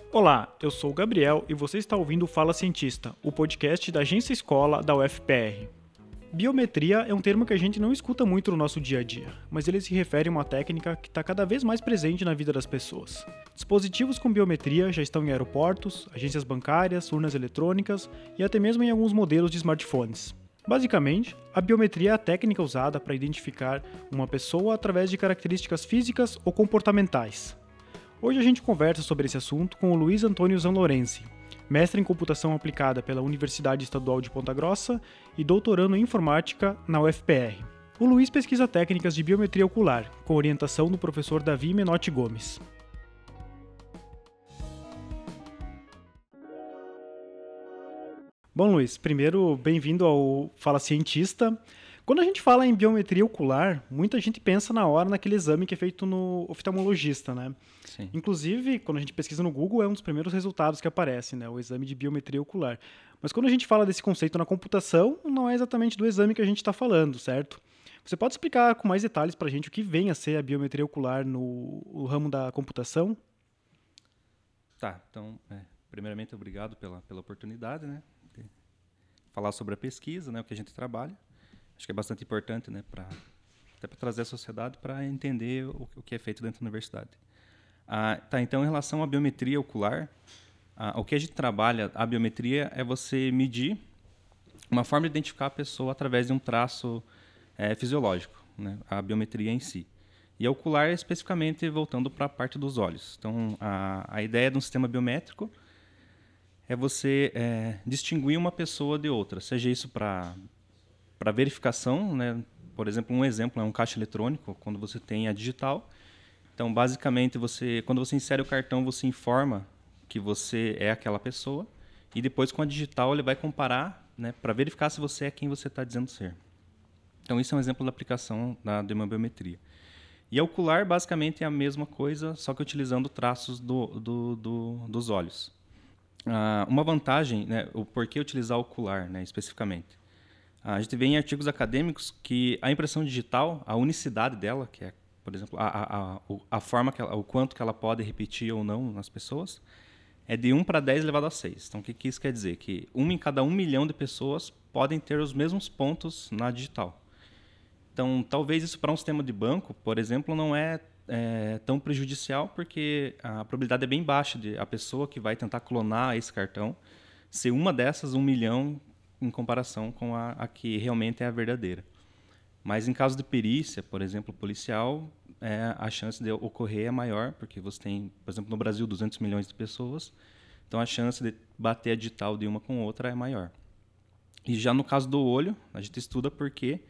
Olá, eu sou o Gabriel e você está ouvindo o Fala Cientista, o podcast da Agência Escola da UFPR. Biometria é um termo que a gente não escuta muito no nosso dia a dia, mas ele se refere a uma técnica que está cada vez mais presente na vida das pessoas. Dispositivos com biometria já estão em aeroportos, agências bancárias, urnas eletrônicas e até mesmo em alguns modelos de smartphones. Basicamente, a biometria é a técnica usada para identificar uma pessoa através de características físicas ou comportamentais. Hoje a gente conversa sobre esse assunto com o Luiz Antônio Zanlorenzi, mestre em computação aplicada pela Universidade Estadual de Ponta Grossa e doutorando em informática na UFPR. O Luiz pesquisa técnicas de biometria ocular, com orientação do professor Davi Menotti Gomes. Bom, Luiz, primeiro, bem-vindo ao Fala Cientista. Quando a gente fala em biometria ocular, muita gente pensa na hora naquele exame que é feito no oftalmologista, né? Sim. Inclusive, quando a gente pesquisa no Google, é um dos primeiros resultados que aparece, né? O exame de biometria ocular. Mas quando a gente fala desse conceito na computação, não é exatamente do exame que a gente está falando, certo? Você pode explicar com mais detalhes para a gente o que vem a ser a biometria ocular no ramo da computação? Tá, então, primeiramente, obrigado pela oportunidade, né? De falar sobre a pesquisa, né? O que a gente trabalha. Acho que é bastante importante, né? Até para trazer a sociedade para entender o que é feito dentro da universidade. Então, em relação à biometria ocular, o que a gente trabalha, a biometria é você medir uma forma de identificar a pessoa através de um traço fisiológico, né? A biometria em si. E a ocular é especificamente voltando para a parte dos olhos. Então, a ideia de um sistema biométrico é você distinguir uma pessoa de outra, seja isso para verificação, né? Por exemplo, um exemplo é um caixa eletrônico, quando você tem a digital. Então, basicamente, quando você insere o cartão, você informa que você é aquela pessoa e depois, com a digital, ele vai comparar, né, para verificar se você é quem você está dizendo ser. Então, isso é um exemplo da aplicação de uma biometria. E a ocular, basicamente, é a mesma coisa, só que utilizando traços dos olhos. Uma vantagem, né, o porquê utilizar o ocular, né, especificamente. A gente vê em artigos acadêmicos que a impressão digital, a unicidade dela, que é, por exemplo, a forma o quanto que ela pode repetir ou não nas pessoas, é de 1 para 10 elevado a 6. Então, o que isso quer dizer? Que 1 em cada 1 milhão de pessoas podem ter os mesmos pontos na digital. Então, talvez isso para um sistema de banco, por exemplo, não é tão prejudicial, porque a probabilidade é bem baixa de a pessoa que vai tentar clonar esse cartão ser uma dessas 1 milhão em comparação com a que realmente é a verdadeira. Mas em caso de perícia, por exemplo, policial, a chance de ocorrer é maior, porque você tem, por exemplo, no Brasil, 200 milhões de pessoas, então a chance de bater a digital de uma com outra é maior. E já no caso do olho, a gente estuda porque,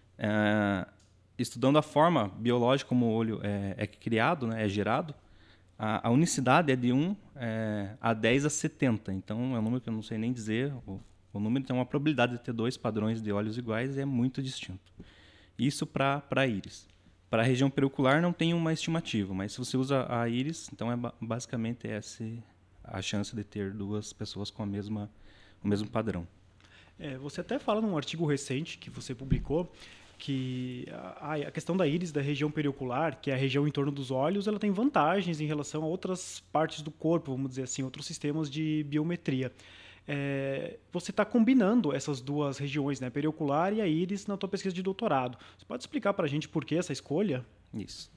estudando a forma biológica como o olho é criado, né, é gerado, a unicidade é de 1 a 10 a 70. Então, é um número que eu não sei nem dizer. O número tem uma probabilidade de ter 2 padrões de olhos iguais e é muito distinto. Isso para a íris. Para a região periocular não tem uma estimativa, mas se você usa a íris, então basicamente essa a chance de ter 2 pessoas com o mesmo padrão. Você até fala num artigo recente que você publicou que a questão da íris, da região periocular, que é a região em torno dos olhos, ela tem vantagens em relação a outras partes do corpo, vamos dizer assim, outros sistemas de biometria. Você está combinando essas duas regiões, né, periocular e a íris, na tua pesquisa de doutorado. Você pode explicar para a gente por que essa escolha? Isso.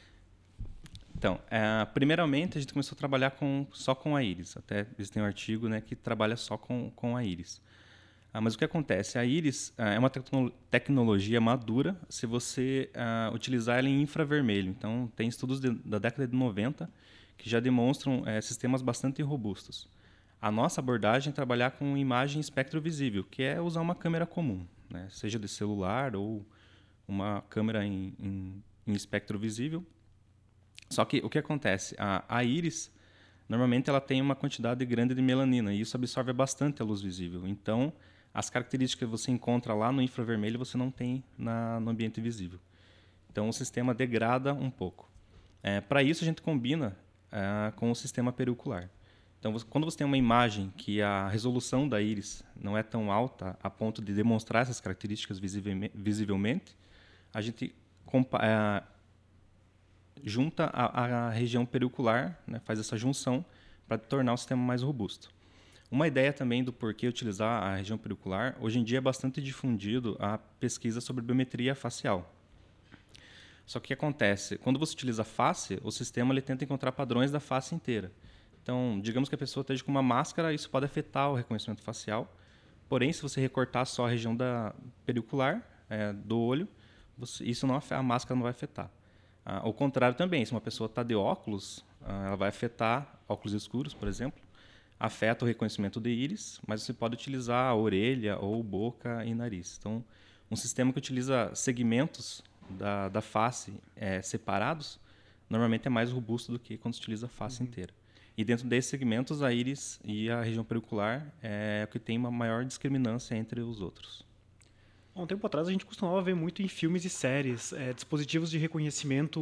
Então, primeiramente, a gente começou a trabalhar só com a íris. Até existe um artigo, né, que trabalha só com a íris. Mas o que acontece? A íris é uma tecnologia madura se você utilizar ela em infravermelho. Então, tem estudos da década de 90 que já demonstram sistemas bastante robustos. A nossa abordagem é trabalhar com imagem espectro visível, que é usar uma câmera comum, né? Seja de celular ou uma câmera em espectro visível. Só que o que acontece? A íris, normalmente, ela tem uma quantidade grande de melanina e isso absorve bastante a luz visível. Então, as características que você encontra lá no infravermelho você não tem no ambiente visível. Então, o sistema degrada um pouco. Para isso, a gente combina com o sistema periocular. Então, quando você tem uma imagem que a resolução da íris não é tão alta a ponto de demonstrar essas características visivelmente, a gente junta a região periocular, né, faz essa junção para tornar o sistema mais robusto. Uma ideia também do porquê utilizar a região pericular, hoje em dia é bastante difundido a pesquisa sobre biometria facial. Só que o que acontece? Quando você utiliza a face, o sistema ele tenta encontrar padrões da face inteira. Então, digamos que a pessoa esteja com uma máscara, isso pode afetar o reconhecimento facial. Porém, se você recortar só a região pericular do olho, a máscara não vai afetar. Ao contrário também, se uma pessoa está de óculos, ela vai afetar óculos escuros, por exemplo, afeta o reconhecimento de íris, mas você pode utilizar a orelha ou boca e nariz. Então, um sistema que utiliza segmentos da face separados, normalmente é mais robusto do que quando se utiliza a face inteira. E dentro desses segmentos, a íris e a região pericular é o que tem uma maior discriminância entre os outros. Há um tempo atrás, a gente costumava ver muito em filmes e séries dispositivos de reconhecimento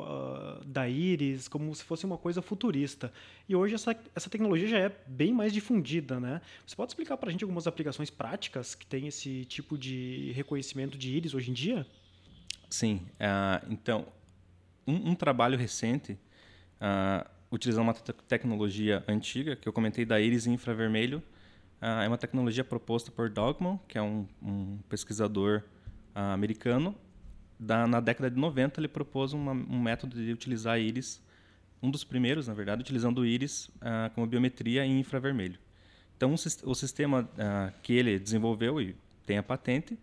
da íris, como se fosse uma coisa futurista. E hoje essa tecnologia já é bem mais difundida, né? Você pode explicar para a gente algumas aplicações práticas que tem esse tipo de reconhecimento de íris hoje em dia? Sim. Então, um trabalho recente, utilizando uma tecnologia antiga, que eu comentei da íris em infravermelho, é uma tecnologia proposta por Dogman, que é um pesquisador americano. Na década de 90, ele propôs um método de utilizar íris, um dos primeiros, na verdade, utilizando o íris como biometria em infravermelho. Então, o sistema que ele desenvolveu e tem a patente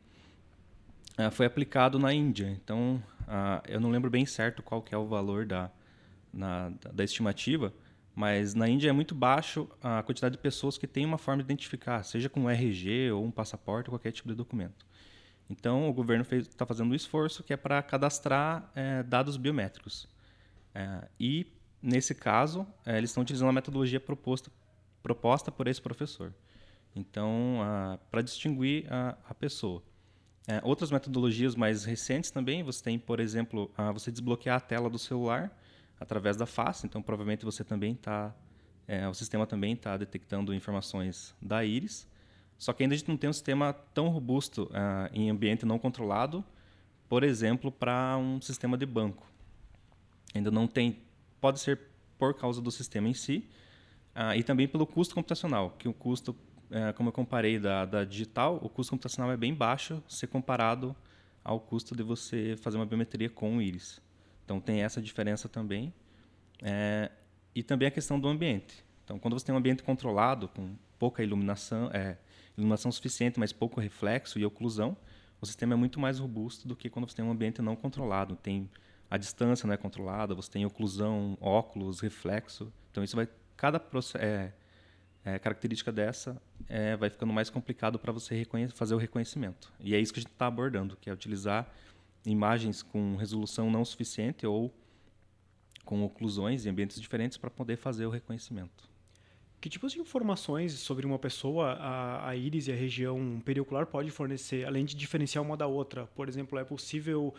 foi aplicado na Índia. Então, eu não lembro bem certo qual que é o valor da estimativa, mas na Índia é muito baixo a quantidade de pessoas que têm uma forma de identificar, seja com um RG ou um passaporte ou qualquer tipo de documento. Então, o governo está fazendo um esforço que é para cadastrar dados biométricos. E, nesse caso, eles estão utilizando a metodologia proposta por esse professor. Então, para distinguir a pessoa. Outras metodologias mais recentes também, você tem, por exemplo, você desbloquear a tela do celular através da face. Então, provavelmente você também o sistema também está detectando informações da íris. Só que ainda a gente não tem um sistema tão robusto em ambiente não controlado, por exemplo, para um sistema de banco. Ainda não tem, pode ser por causa do sistema em si e também pelo custo computacional, que o custo, como eu comparei da digital, o custo computacional é bem baixo se comparado ao custo de você fazer uma biometria com o íris. Então, tem essa diferença também. E também a questão do ambiente. Então, quando você tem um ambiente controlado, com pouca iluminação, iluminação suficiente, mas pouco reflexo e oclusão, o sistema é muito mais robusto do que quando você tem um ambiente não controlado. A distância não é controlada, você tem oclusão, óculos, reflexo. Então, cada característica dessa vai ficando mais complicado para você fazer o reconhecimento. E é isso que a gente está abordando, que é utilizar imagens com resolução não suficiente ou com oclusões em ambientes diferentes para poder fazer o reconhecimento. Que tipos de informações sobre uma pessoa a íris e a região periocular pode fornecer, além de diferenciar uma da outra? Por exemplo, é possível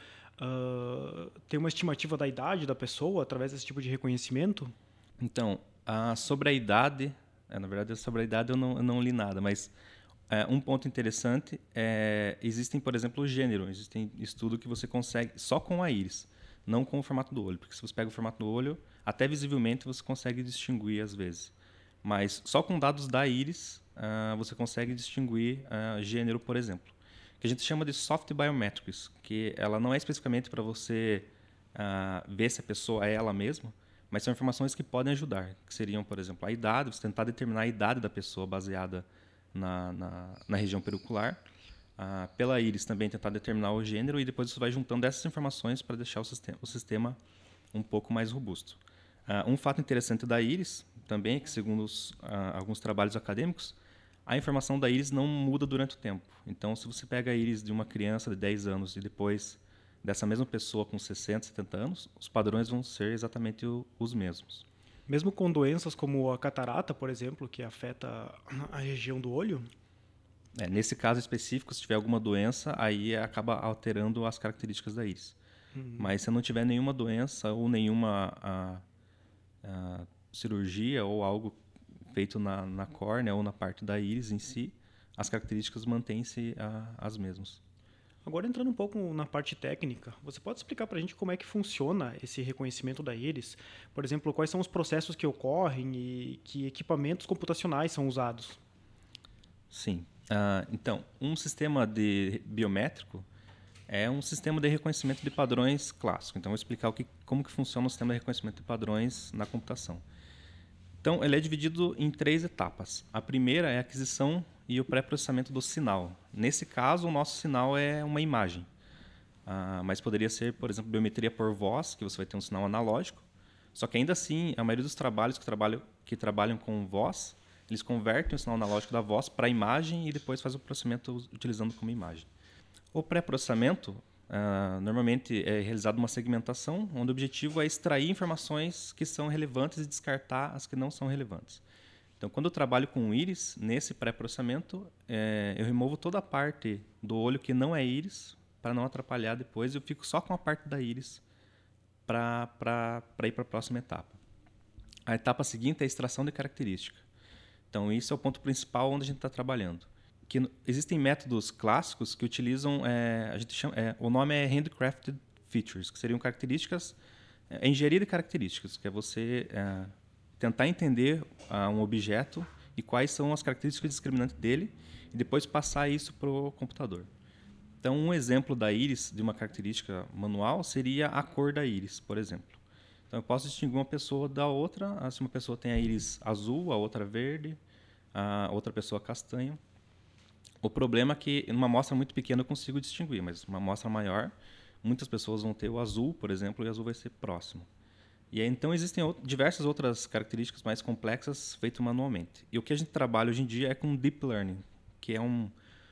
ter uma estimativa da idade da pessoa através desse tipo de reconhecimento? Então, sobre a idade, na verdade, sobre a idade eu não li nada, mas um ponto interessante existem, por exemplo, o gênero. Existem estudos que você consegue só com a íris, não com o formato do olho. Porque se você pega o formato do olho, até visivelmente você consegue distinguir às vezes. Mas só com dados da íris você consegue distinguir gênero, por exemplo. Que a gente chama de soft biometrics, que ela não é especificamente para você ver se a pessoa é ela mesma, mas são informações que podem ajudar, que seriam, por exemplo, a idade, você tentar determinar a idade da pessoa baseada na região pericular. Pela íris também tentar determinar o gênero e depois você vai juntando essas informações para deixar o sistema um pouco mais robusto. Um fato interessante da íris também é que, segundo alguns trabalhos acadêmicos, a informação da íris não muda durante o tempo. Então, se você pega a íris de uma criança de 10 anos e depois dessa mesma pessoa com 60, 70 anos, os padrões vão ser exatamente os mesmos. Mesmo com doenças como a catarata, por exemplo, que afeta a região do olho? Nesse caso específico, se tiver alguma doença, aí acaba alterando as características da íris. Mas se não tiver nenhuma doença ou nenhuma cirurgia ou algo feito na córnea ou na parte da íris em si, as características mantêm-se as mesmas. Agora entrando um pouco na parte técnica, você pode explicar para a gente como é que funciona esse reconhecimento da íris? Por exemplo, quais são os processos que ocorrem e que equipamentos computacionais são usados? Sim. Então, um sistema de biométrico é um sistema de reconhecimento de padrões clássico. Então, vou explicar como que funciona o sistema de reconhecimento de padrões na computação. Então, ele é dividido em 3 etapas. A primeira é a aquisição e o pré-processamento do sinal. Nesse caso, o nosso sinal é uma imagem. Mas poderia ser, por exemplo, biometria por voz, que você vai ter um sinal analógico. Só que ainda assim, a maioria dos trabalhos que trabalham com voz, eles convertem o sinal analógico da voz para imagem e depois fazem o processamento utilizando como imagem. O pré-processamento normalmente é realizado uma segmentação, onde o objetivo é extrair informações que são relevantes e descartar as que não são relevantes. Então, quando eu trabalho com o íris, nesse pré-processamento, eu removo toda a parte do olho que não é íris, para não atrapalhar depois, eu fico só com a parte da íris para ir para a próxima etapa. A etapa seguinte é a extração de característica. Então, isso é o ponto principal onde a gente está trabalhando. Existem métodos clássicos que utilizam, o nome é handcrafted features, que seriam características, engenharia de características, que é você tentar entender um objeto e quais são as características discriminantes dele e depois passar isso para o computador. Então, um exemplo da íris, de uma característica manual, seria a cor da íris, por exemplo. Então, eu posso distinguir uma pessoa da outra, se uma pessoa tem a íris azul, a outra verde, a outra pessoa castanha. O problema é que, numa amostra muito pequena, eu consigo distinguir, mas numa amostra maior, muitas pessoas vão ter o azul, por exemplo, e o azul vai ser próximo. E aí, então, existem diversas outras características mais complexas feitas manualmente. E o que a gente trabalha hoje em dia é com Deep Learning, que é um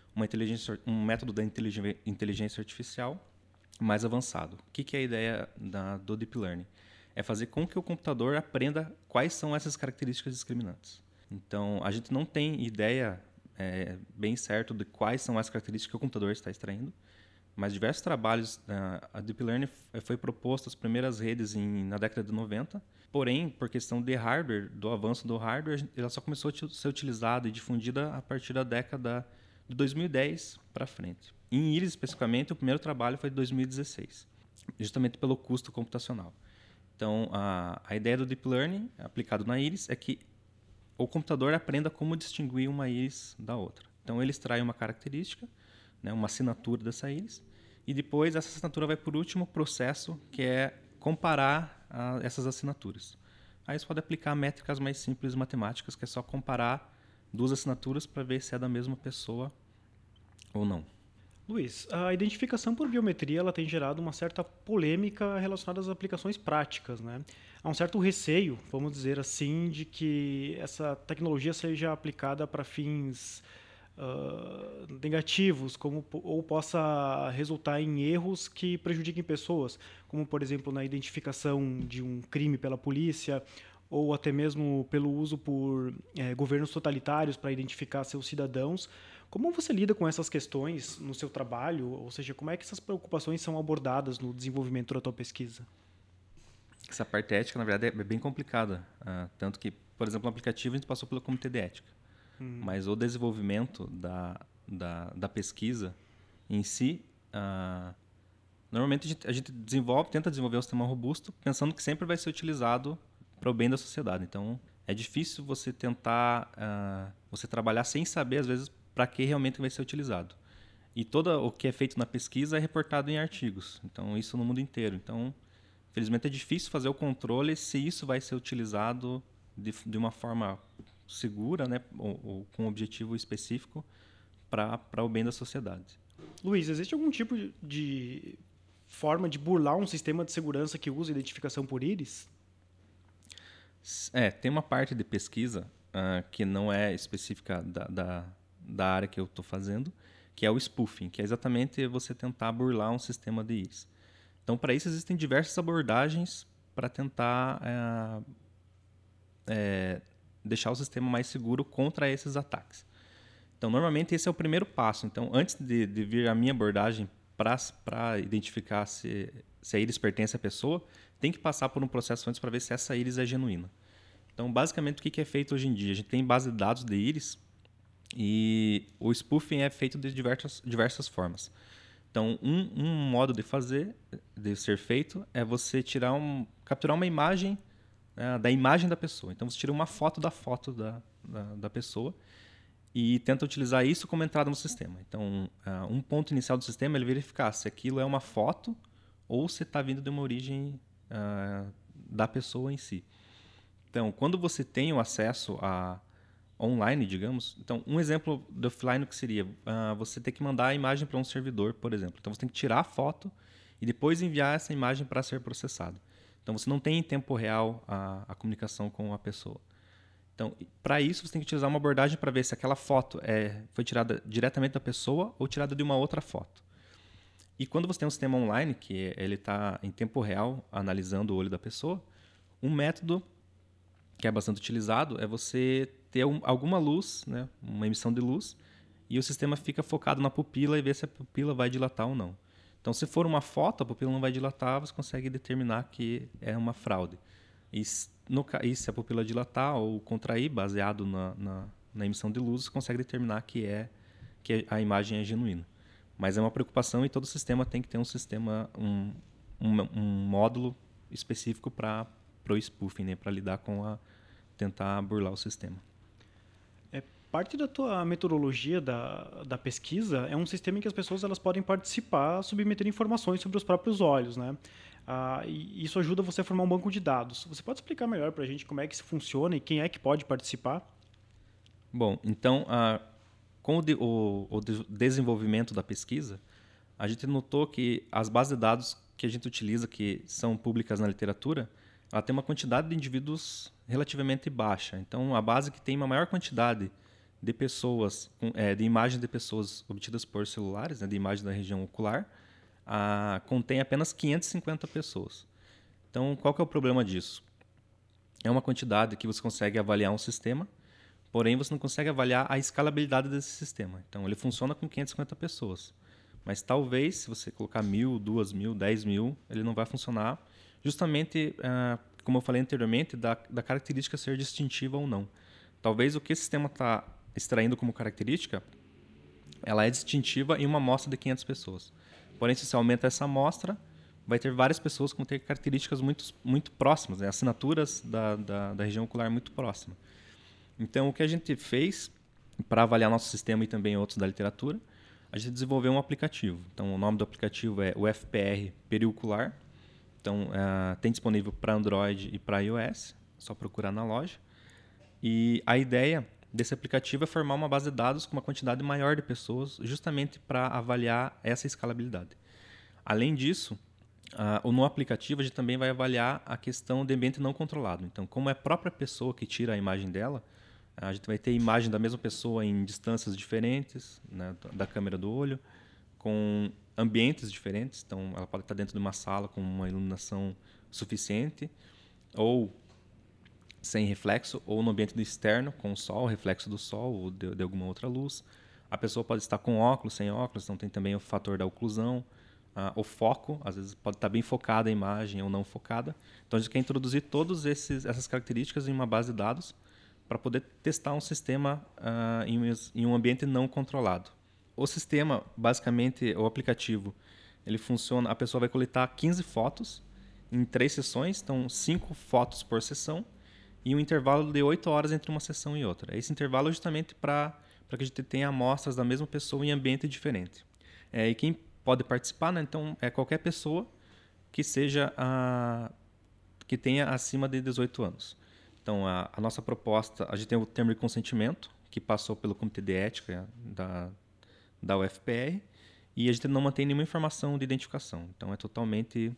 método da inteligência artificial mais avançado. O que é a ideia do Deep Learning? É fazer com que o computador aprenda quais são essas características discriminantes. Então, a gente não tem ideia bem certo de quais são as características que o computador está extraindo, mas diversos trabalhos, a Deep Learning foi proposta as primeiras redes na década de 90, porém, por questão de hardware, do avanço do hardware, ela só começou a ser utilizada e difundida a partir da década de 2010 para frente. Em íris, especificamente, o primeiro trabalho foi de 2016, justamente pelo custo computacional. Então, a ideia do Deep Learning, aplicado na íris, é que o computador aprenda como distinguir uma íris da outra. Então, ele extrai uma característica, uma assinatura dessa íris, e depois essa assinatura vai para o último processo, que é comparar essas assinaturas. Aí você pode aplicar métricas mais simples matemáticas, que é só comparar 2 assinaturas para ver se é da mesma pessoa ou não. Luiz, a identificação por biometria ela tem gerado uma certa polêmica relacionada às aplicações práticas, né? Há um certo receio, vamos dizer assim, de que essa tecnologia seja aplicada para fins negativos, ou possa resultar em erros que prejudiquem pessoas, como, por exemplo, na identificação de um crime pela polícia, ou até mesmo pelo uso por governos totalitários para identificar seus cidadãos. Como você lida com essas questões no seu trabalho? Ou seja, como é que essas preocupações são abordadas no desenvolvimento da tua pesquisa? Essa parte ética, na verdade, é bem complicada. Tanto que, por exemplo, no aplicativo a gente passou pelo comitê de ética. Mas o desenvolvimento da pesquisa em si, normalmente a gente tenta desenvolver um sistema robusto pensando que sempre vai ser utilizado para o bem da sociedade. Então, é difícil você tentar você trabalhar sem saber, às vezes, para que realmente vai ser utilizado. E todo o que é feito na pesquisa é reportado em artigos. Então, isso no mundo inteiro. Então, infelizmente, é difícil fazer o controle se isso vai ser utilizado de uma forma segura, né, ou com um objetivo específico para o bem da sociedade. Luiz, existe algum tipo de forma de burlar um sistema de segurança que usa identificação por íris? Tem uma parte de pesquisa que não é específica da área que eu estou fazendo, que é o spoofing, que é exatamente você tentar burlar um sistema de íris. Então, para isso, existem diversas abordagens para tentar deixar o sistema mais seguro contra esses ataques. Então, normalmente, esse é o primeiro passo. Então, antes de vir a minha abordagem para identificar se a íris pertence à pessoa, tem que passar por um processo antes para ver se essa íris é genuína. Então, basicamente, o que é feito hoje em dia? A gente tem base de dados de íris e o spoofing é feito de diversas formas. Então, um modo de ser feito, é você capturar uma imagem, da imagem da pessoa. Então, você tira uma foto da foto da pessoa e tenta utilizar isso como entrada no sistema. Então, um ponto inicial do sistema é ele verificar se aquilo é uma foto ou se está vindo de uma origem da pessoa em si. Então, quando você tem o acesso online, digamos, então um exemplo do offline que seria você ter que mandar a imagem para um servidor, por exemplo. Então, você tem que tirar a foto e depois enviar essa imagem para ser processada. Então, você não tem em tempo real a comunicação com a pessoa. Então, para isso, você tem que utilizar uma abordagem para ver se aquela foto foi tirada diretamente da pessoa ou tirada de uma outra foto. E quando você tem um sistema online, que ele está em tempo real analisando o olho da pessoa, um método que é bastante utilizado é você ter alguma luz, né, uma emissão de luz, e o sistema fica focado na pupila e vê se a pupila vai dilatar ou não. Então, se for uma foto, a pupila não vai dilatar, você consegue determinar que é uma fraude. E se a pupila dilatar ou contrair, baseado na emissão de luz, você consegue determinar que a imagem é genuína. Mas é uma preocupação e todo sistema tem que ter um módulo específico para o spoofing, né, para lidar tentar burlar o sistema. Parte da tua metodologia da pesquisa é um sistema em que as pessoas elas podem participar, submeter informações sobre os próprios olhos, né? E isso ajuda você a formar um banco de dados. Você pode explicar melhor para a gente como é que isso funciona e quem é que pode participar? Bom, então, com o desenvolvimento da pesquisa, a gente notou que as bases de dados que a gente utiliza, que são públicas na literatura, ela tem uma quantidade de indivíduos relativamente baixa. Então, a base que tem uma maior quantidade de pessoas, de imagens de pessoas obtidas por celulares, né, de imagem da região ocular, contém apenas 550 pessoas. Então, qual que é o problema disso? É uma quantidade que você consegue avaliar um sistema, porém você não consegue avaliar a escalabilidade desse sistema. Então, ele funciona com 550 pessoas. Mas talvez, se você colocar 1.000, 2.000, 10.000, ele não vai funcionar, justamente, como eu falei anteriormente, da característica ser distintiva ou não. Talvez o que esse sistema está extraindo como característica, ela é distintiva em uma amostra de 500 pessoas. Porém, se você aumenta essa amostra, vai ter várias pessoas que vão ter características muito, muito próximas, né? Assinaturas da região ocular muito próxima. Então, o que a gente fez para avaliar nosso sistema e também outros da literatura, a gente desenvolveu um aplicativo. Então, o nome do aplicativo é o FPR Periocular. Então, tem disponível para Android e para iOS, é só procurar na loja. E a ideia desse aplicativo é formar uma base de dados com uma quantidade maior de pessoas, justamente para avaliar essa escalabilidade. Além disso, no aplicativo a gente também vai avaliar a questão de ambiente não controlado. Então, como é a própria pessoa que tira a imagem dela, a gente vai ter imagem da mesma pessoa em distâncias diferentes, né, da câmera do olho, com ambientes diferentes. Então, ela pode estar dentro de uma sala com uma iluminação suficiente, ou sem reflexo, ou no ambiente externo, com o sol, reflexo do sol ou de alguma outra luz. A pessoa pode estar com óculos, sem óculos, então tem também o fator da oclusão. O foco, às vezes pode estar bem focada a imagem ou não focada. Então, a gente quer introduzir todas essas características em uma base de dados para poder testar um sistema em um ambiente não controlado. O sistema, basicamente, o aplicativo, ele funciona, a pessoa vai coletar 15 fotos em 3 sessões, então 5 fotos por sessão, e um intervalo de 8 horas entre uma sessão e outra. Esse intervalo é justamente para que a gente tenha amostras da mesma pessoa em ambiente diferente. E quem pode participar, né? Então, é qualquer pessoa que que tenha acima de 18 anos. Então, a nossa proposta, a gente tem o termo de consentimento, que passou pelo Comitê de Ética da UFPR, e a gente não mantém nenhuma informação de identificação. Então, é totalmente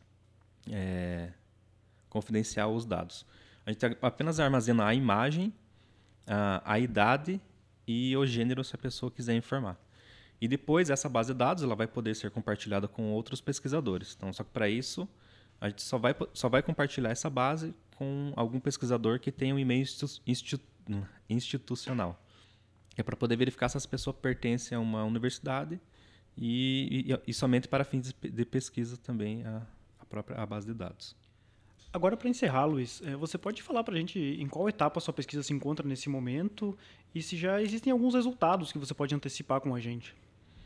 confidencial os dados. A gente apenas armazena a imagem, a idade e o gênero, se a pessoa quiser informar. E depois, essa base de dados ela vai poder ser compartilhada com outros pesquisadores. Então, só que para isso, a gente só vai compartilhar essa base com algum pesquisador que tenha um e-mail institucional. É para poder verificar se essa pessoa pertence a uma universidade e somente para fins de pesquisa também a base de dados. Agora, para encerrar, Luiz, você pode falar para a gente em qual etapa a sua pesquisa se encontra nesse momento e se já existem alguns resultados que você pode antecipar com a gente?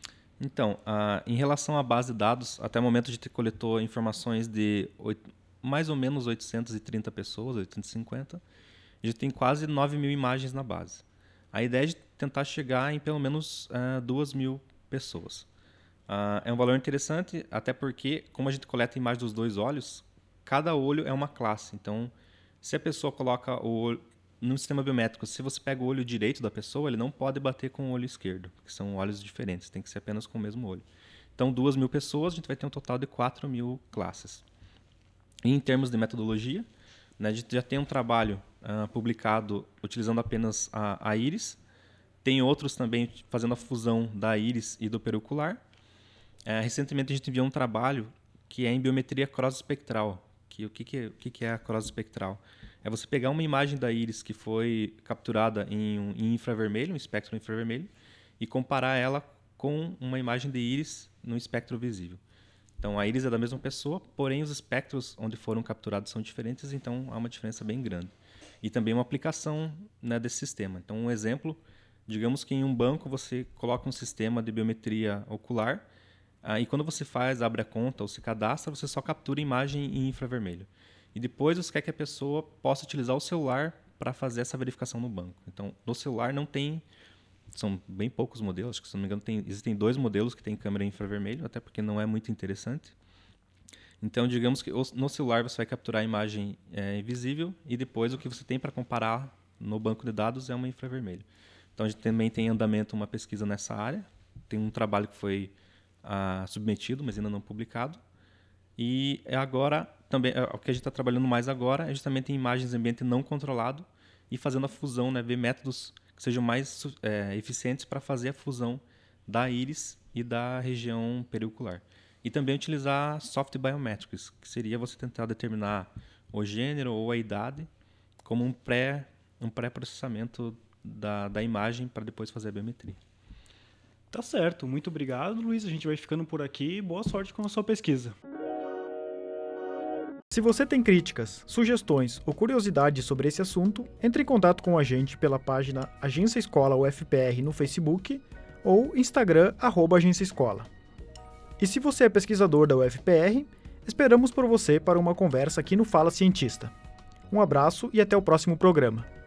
Então, em relação à base de dados, até o momento a gente coletou informações de mais ou menos 830 pessoas, 850. A gente tem quase 9.000 imagens na base. A ideia é de tentar chegar em pelo menos 2.000 pessoas. É um valor interessante, até porque, como a gente coleta a imagem dos dois olhos, cada olho é uma classe. Então, se a pessoa coloca o olho no sistema biométrico, se você pega o olho direito da pessoa, ele não pode bater com o olho esquerdo, porque são olhos diferentes, tem que ser apenas com o mesmo olho. Então, 2.000 pessoas, a gente vai ter um total de 4.000 classes. E em termos de metodologia, né, a gente já tem um trabalho publicado utilizando apenas a íris. Tem outros também fazendo a fusão da íris e do pericular. Recentemente a gente enviou um trabalho que é em biometria cross-espectral. O que é a cross-espectral? É você pegar uma imagem da íris que foi capturada em infravermelho, um espectro infravermelho, e comparar ela com uma imagem de íris no espectro visível. Então, a íris é da mesma pessoa, porém os espectros onde foram capturados são diferentes, então há uma diferença bem grande. E também uma aplicação, né, desse sistema. Então, um exemplo, digamos que em um banco você coloca um sistema de biometria ocular, e quando você abre a conta ou se cadastra, você só captura a imagem em infravermelho. E depois você quer que a pessoa possa utilizar o celular para fazer essa verificação no banco. Então, no celular não tem... São bem poucos modelos, acho que, se não me engano, existem 2 modelos que têm câmera em infravermelho, até porque não é muito interessante. Então, digamos que no celular você vai capturar a imagem invisível e depois o que você tem para comparar no banco de dados é uma infravermelho. Então, a gente também tem em andamento uma pesquisa nessa área. Tem um trabalho que foi submetido, mas ainda não publicado. E agora, também, o que a gente está trabalhando mais agora, a gente também tem imagens em ambiente não controlado e fazendo a fusão, né, ver métodos que sejam mais eficientes para fazer a fusão da íris e da região periocular. E também utilizar soft biometrics, que seria você tentar determinar o gênero ou a idade como um pré-processamento da imagem para depois fazer a biometria. Tá certo. Muito obrigado, Luiz. A gente vai ficando por aqui. Boa sorte com a sua pesquisa. Se você tem críticas, sugestões ou curiosidades sobre esse assunto, entre em contato com a gente pela página Agência Escola UFPR no Facebook ou Instagram @Agência Escola. E se você é pesquisador da UFPR, esperamos por você para uma conversa aqui no Fala Cientista. Um abraço e até o próximo programa.